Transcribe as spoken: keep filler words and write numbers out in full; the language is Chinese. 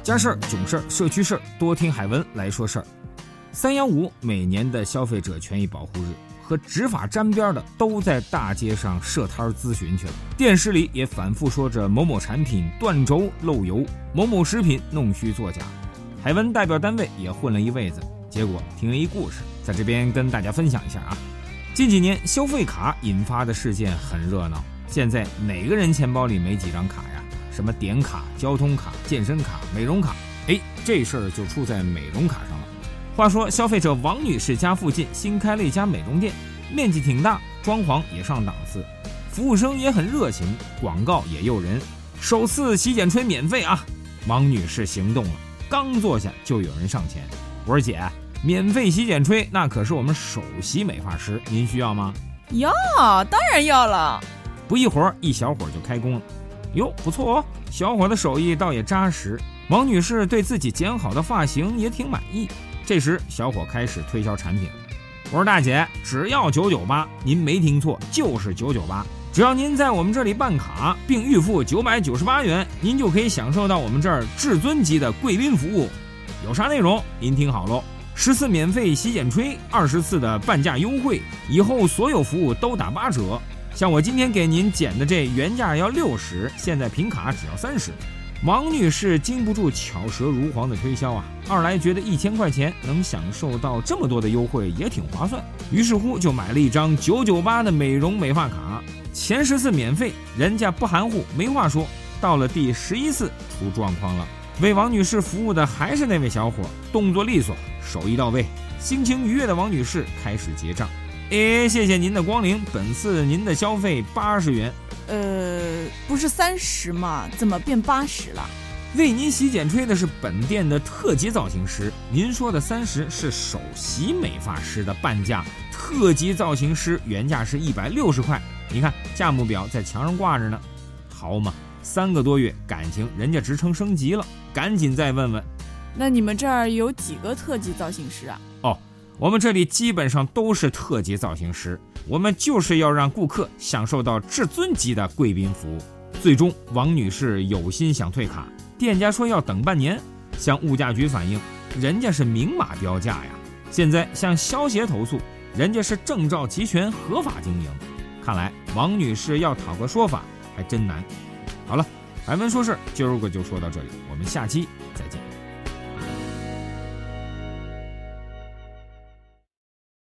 家事儿、囧事儿、社区事儿，多听海文来说事儿。三幺五每年的消费者权益保护日，和执法沾边的都在大街上设摊咨询去了。电视里也反复说着某某产品断轴漏油，某某食品弄虚作假。海文代表单位也混了一位子，结果听了一故事，在这边跟大家分享一下啊。近几年消费卡引发的事件很热闹，现在哪个人钱包里没几张卡呀？什么点卡、交通卡、健身卡、美容卡，哎，这事儿就出在美容卡上了。话说消费者王女士家附近新开了一家美容店，面积挺大，装潢也上档次，服务生也很热情，广告也诱人，首次洗剪吹免费啊！王女士行动了，刚坐下就有人上前，我说姐，免费洗剪吹那可是我们首席美发师，您需要吗？ 要，当然要了。 不一会儿，一小伙就开工了。哟，不错哦，小伙的手艺倒也扎实。王女士对自己剪好的发型也挺满意。这时小伙开始推销产品了。我说大姐，只要九九八，您没听错，就是九九八。只要您在我们这里办卡并预付九百九十八元，您就可以享受到我们这儿至尊级的贵宾服务。有啥内容您听好喽，十次免费洗剪吹，二十次的半价优惠，以后所有服务都打八折。像我今天给您剪的这原价要六十，现在凭卡只要三十。王女士经不住巧舌如簧的推销啊，二来觉得一千块钱能享受到这么多的优惠也挺划算，于是乎就买了一张九九八的美容美发卡，前十次免费，人家不含糊，没话说。到了第十一次出状况了，为王女士服务的还是那位小伙，动作利索，手艺到位，心情愉悦的王女士开始结账。哎，谢谢您的光临，本次您的消费八十元。 呃，不是三十吗？怎么变八十了？ 为您洗剪吹的是本店的特级造型师，您说的三十是首席美发师的半价，特级造型师原价是一百六十块。你看价目表在墙上挂着呢。好嘛，三个多月感情人家职称升级了，赶紧再问问。 那你们这儿有几个特级造型师啊？ 哦，我们这里基本上都是特级造型师，我们就是要让顾客享受到至尊级的贵宾服务。最终王女士有心想退卡，店家说要等半年，向物价局反映，人家是明码标价呀。现在向消协投诉，人家是证照齐全，合法经营。看来王女士要讨个说法还真难。好了，海文说事今儿个就说到这里，我们下期再见。